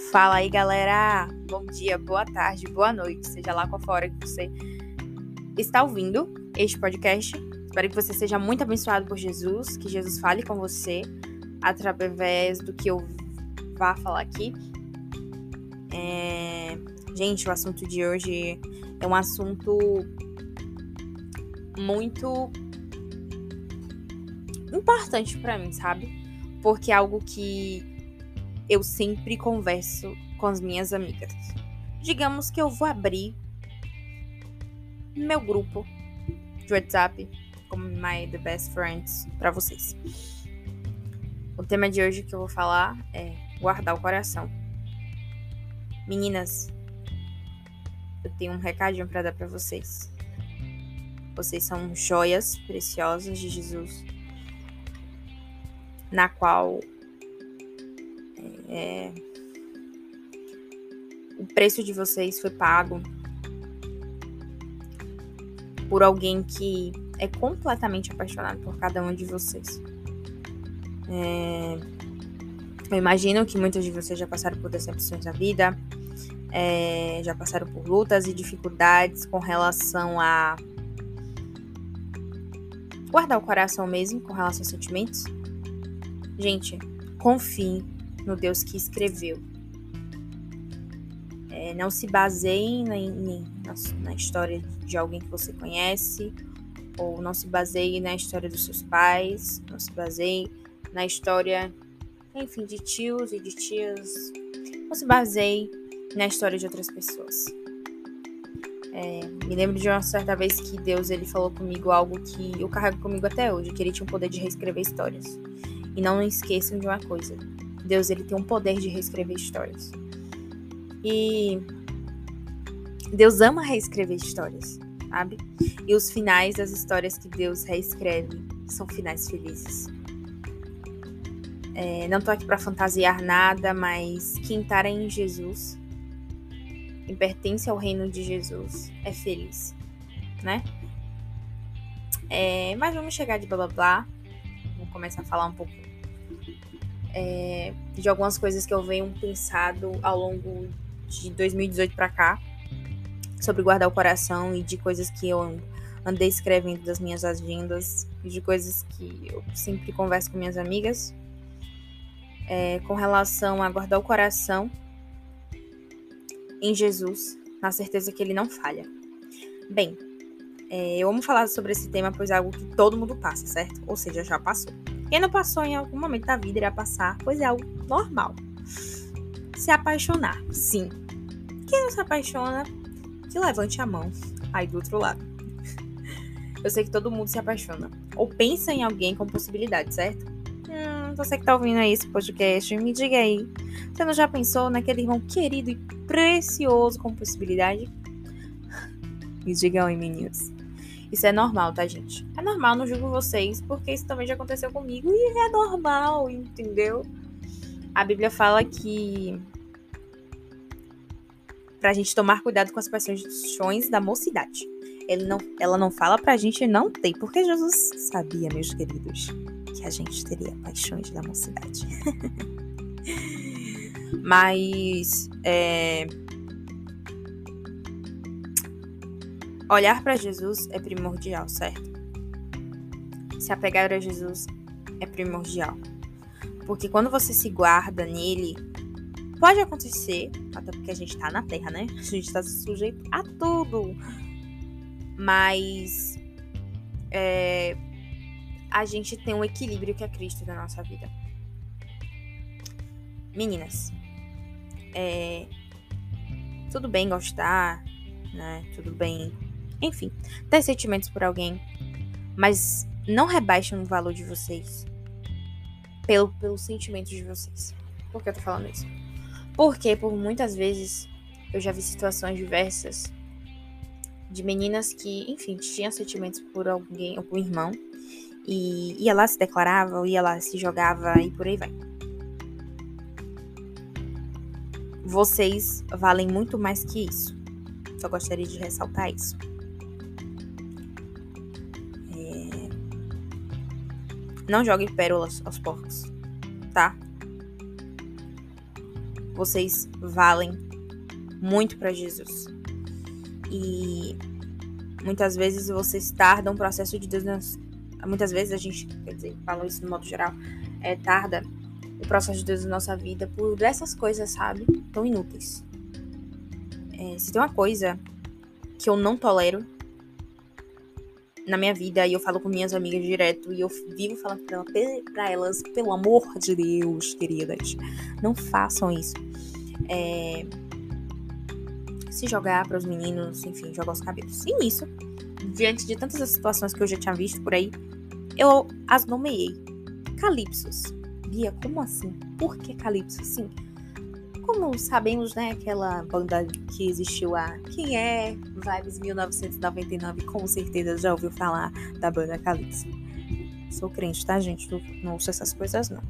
Fala aí, galera! Bom dia, boa tarde, boa noite, seja lá qual for a hora que você está ouvindo este podcast. Espero que você seja muito abençoado por Jesus, que Jesus fale com você através do que eu vá falar aqui. Gente, o assunto de hoje é um assunto muito importante para mim, sabe? Porque é algo que eu sempre converso com as minhas amigas. Digamos que eu vou abrir meu grupo de WhatsApp como My The Best Friends para vocês. O tema de hoje que eu vou falar é guardar o coração. Meninas, eu tenho um recadinho para dar para vocês. Vocês são joias preciosas de Jesus, na qual o preço de vocês foi pago por alguém que é completamente apaixonado por cada um de vocês. Eu imagino que muitos de vocês já passaram por decepções na vida, já passaram por lutas e dificuldades com relação a guardar o coração mesmo, com relação aos sentimentos. Gente, confie no Deus que escreveu. Não se baseiem na história de alguém que você conhece, ou não se baseie na história dos seus pais, não se baseie na história, enfim, de tios e de tias. Não se baseie na história de outras pessoas. Me lembro de uma certa vez que Deus ele falou comigo algo que eu carrego comigo até hoje, que ele tinha o poder de reescrever histórias. E não esqueçam de uma coisa: Deus ele tem um poder de reescrever histórias. E Deus ama reescrever histórias, sabe? E os finais das histórias que Deus reescreve são finais felizes. Não tô aqui para fantasiar nada, mas quem tá em Jesus, quem pertence ao reino de Jesus, é feliz, né? Mas vamos chegar de blá blá blá. Vou começar a falar um pouco de algumas coisas que eu venho pensado ao longo de 2018 pra cá, sobre guardar o coração, e de coisas que eu andei escrevendo das minhas agendas, e de coisas que eu sempre converso com minhas amigas, com relação a guardar o coração em Jesus, na certeza que ele não falha. Bem, eu amo falar sobre esse tema, pois é algo que todo mundo passa, certo? Ou seja, já passou. Quem não passou em algum momento da vida irá passar, pois é algo normal. Se apaixonar, sim. Quem não se apaixona, que levante a mão aí do outro lado. Eu sei que todo mundo se apaixona, ou pensa em alguém com possibilidade, certo? Você que tá ouvindo aí esse podcast, me diga aí, você não já pensou naquele irmão querido e precioso com possibilidade? Me digam aí, meninas. Isso é normal, tá, gente? É normal, não julgo vocês, porque isso também já aconteceu comigo e é normal, entendeu? A Bíblia fala que pra gente tomar cuidado com as paixões da mocidade. Ela não fala pra gente não ter, porque Jesus sabia, meus queridos, que a gente teria paixões da mocidade. Mas olhar para Jesus é primordial, certo? Se apegar a Jesus é primordial. Porque quando você se guarda nele, pode acontecer, até porque a gente tá na terra, né? A gente tá sujeito a tudo. Mas a gente tem um equilíbrio que é Cristo na nossa vida. Meninas, tudo bem gostar, né? Tudo bem, enfim, ter sentimentos por alguém, mas não rebaixem o valor de vocês pelos sentimentos de vocês. Por que eu tô falando isso? Porque por muitas vezes eu já vi situações diversas de meninas que, enfim, tinham sentimentos por alguém ou por um irmão, e ia lá, se declarava, ou ia lá, se jogava, e por aí vai. Vocês valem muito mais que isso. Só gostaria de ressaltar isso. Não jogue pérolas aos porcos, tá? Vocês valem muito para Jesus. E muitas vezes vocês tardam o processo de Deus. Muitas vezes a gente, falo isso no modo geral, tarda o processo de Deus na nossa vida por essas coisas, sabe? Tão inúteis. Se tem uma coisa que eu não tolero na minha vida, e eu falo com minhas amigas direto, e eu vivo falando pra elas, pelo amor de Deus, queridas, não façam isso. Se jogar para os meninos, enfim, jogar os cabelos. E nisso, diante de tantas situações que eu já tinha visto por aí, eu as nomeei. Calypsos. Bia, como assim? Por que Calypso? Sim. Como sabemos, né, aquela banda que existiu quem é Vibes 1999, com certeza já ouviu falar da banda Calypso. Sou crente, tá, gente? Não ouço essas coisas, não.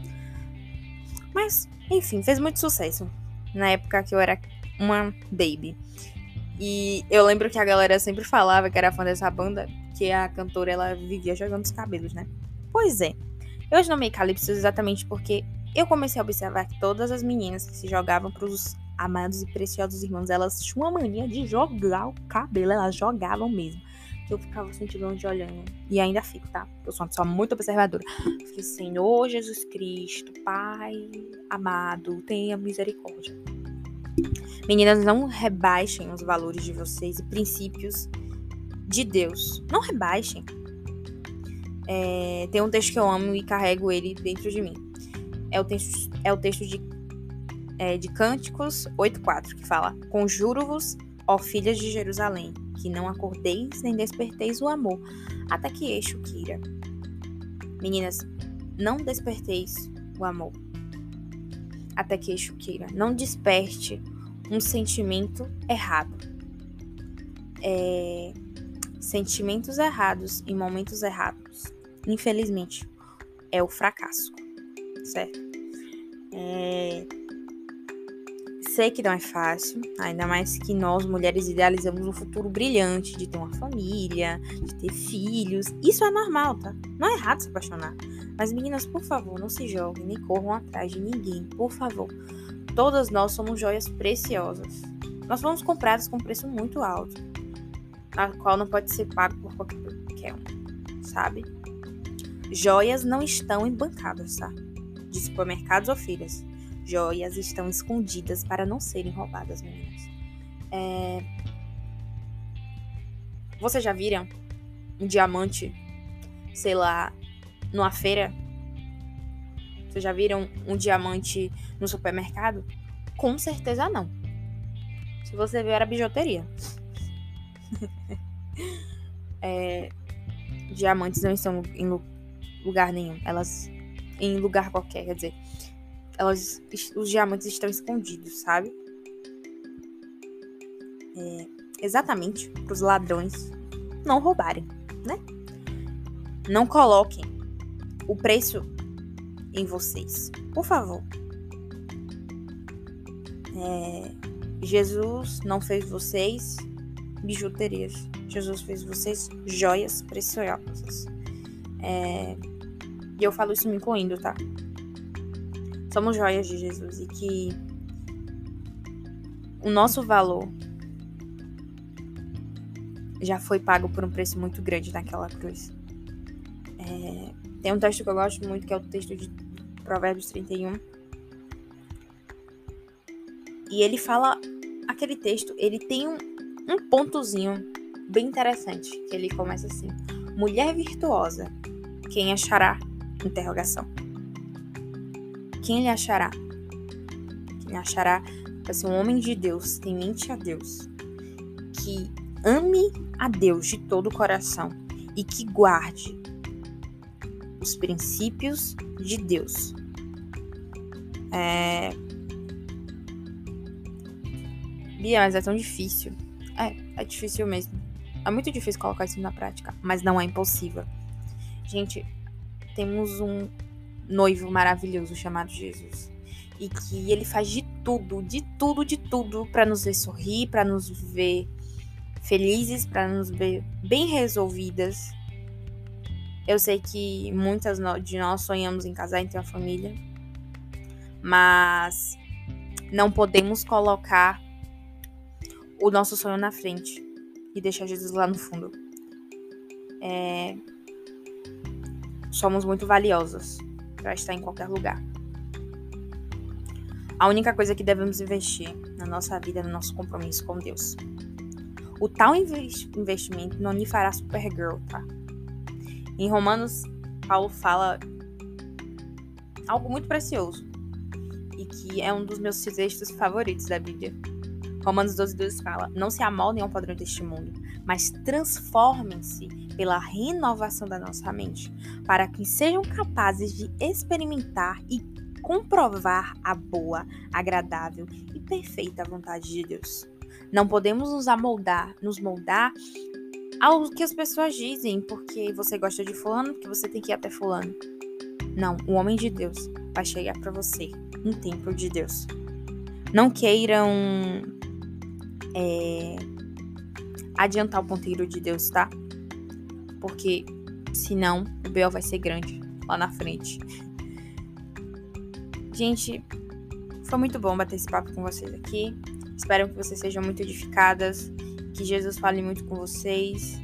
Mas, enfim, fez muito sucesso. Na época que eu era uma baby. E eu lembro que a galera sempre falava que era fã dessa banda, que a cantora, ela vivia jogando os cabelos, né? Pois é. Eu as nomeei Calypso exatamente porque eu comecei a observar que todas as meninas que se jogavam pros amados e preciosos irmãos, elas tinham uma mania de jogar o cabelo, elas jogavam mesmo. Que eu ficava sentindo onde olhando. E ainda fico, tá? Eu sou uma pessoa muito observadora. Fiquei, Senhor Jesus Cristo, Pai amado, tenha misericórdia. Meninas, não rebaixem os valores de vocês e princípios de Deus. Não rebaixem. Tem um texto que eu amo e carrego ele dentro de mim. É o texto de Cânticos 8:4, que fala: Conjuro-vos, ó filhas de Jerusalém, que não acordeis nem desperteis o amor, até que Eixo queira. Meninas, não desperteis o amor, até que Eixo queira. Não desperte um sentimento errado. Sentimentos errados em momentos errados, infelizmente, é o fracasso, certo? Sei que não é fácil, ainda mais que nós, mulheres, idealizamos um futuro brilhante de ter uma família, de ter filhos. Isso é normal, tá? Não é errado se apaixonar. Mas, meninas, por favor, não se joguem nem corram atrás de ninguém, por favor. Todas nós somos joias preciosas. Nós fomos compradas com um preço muito alto, a qual não pode ser pago por qualquer um, sabe? Joias não estão embancadas, tá? De supermercados ou feiras. Joias estão escondidas para não serem roubadas, meninas. Vocês já viram um diamante, sei lá, numa feira? Vocês já viram um diamante no supermercado? Com certeza não. Se você ver, era bijuteria. Diamantes não estão em lugar nenhum. Elas em lugar qualquer, quer dizer, os diamantes estão escondidos, sabe? Exatamente para os ladrões não roubarem, né? Não coloquem o preço em vocês, por favor. Jesus não fez vocês bijuterias. Jesus fez vocês joias preciosas. E eu falo isso me incluindo, tá? Somos joias de Jesus e que o nosso valor já foi pago por um preço muito grande naquela cruz. Tem um texto que eu gosto muito, que é o texto de Provérbios 31. E ele fala, aquele texto, ele tem um pontozinho bem interessante, que ele começa assim: mulher virtuosa, quem achará? Interrogação. Quem lhe achará? Quem achará vai ser um homem de Deus, temente a Deus, que ame a Deus de todo o coração e que guarde os princípios de Deus. Bia, mas é tão difícil. É difícil mesmo. É muito difícil colocar isso na prática, mas não é impossível. Gente, temos um noivo maravilhoso chamado Jesus. E que ele faz de tudo para nos ver sorrir, para nos ver felizes, para nos ver bem resolvidas. Eu sei que muitas de nós sonhamos em casar e ter uma família, mas Não podemos colocar o nosso sonho na frente e deixar Jesus lá no fundo. Somos muito valiosos para estar em qualquer lugar. A única coisa que devemos investir na nossa vida é no nosso compromisso com Deus. O tal investimento não lhe fará Supergirl, tá? Em Romanos, Paulo fala algo muito precioso e que é um dos meus textos favoritos da Bíblia. Romanos 12:2 fala: não se amoldem ao padrão deste mundo, mas transformem-se pela renovação da nossa mente, para que sejam capazes de experimentar e comprovar a boa, agradável e perfeita vontade de Deus. Não podemos nos moldar ao que as pessoas dizem, porque você gosta de fulano, porque você tem que ir até fulano. Não, o homem de Deus vai chegar para você, um templo de Deus. Não queiram adiantar o ponteiro de Deus, tá? Porque senão o B.O. vai ser grande lá na frente. Gente, foi muito bom bater esse papo com vocês aqui. Espero que vocês sejam muito edificadas, que Jesus fale muito com vocês.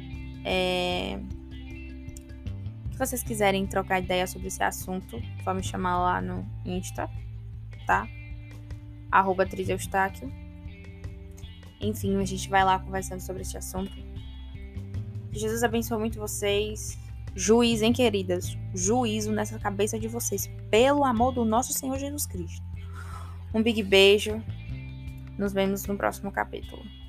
Se vocês quiserem trocar ideia sobre esse assunto, só me chamar lá no Insta, tá? @triseustáquio. Enfim, a gente vai lá conversando sobre esse assunto. Que Jesus abençoe muito vocês. Juízo, hein, queridas? Juízo nessa cabeça de vocês, pelo amor do nosso Senhor Jesus Cristo. Um big beijo. Nos vemos no próximo capítulo.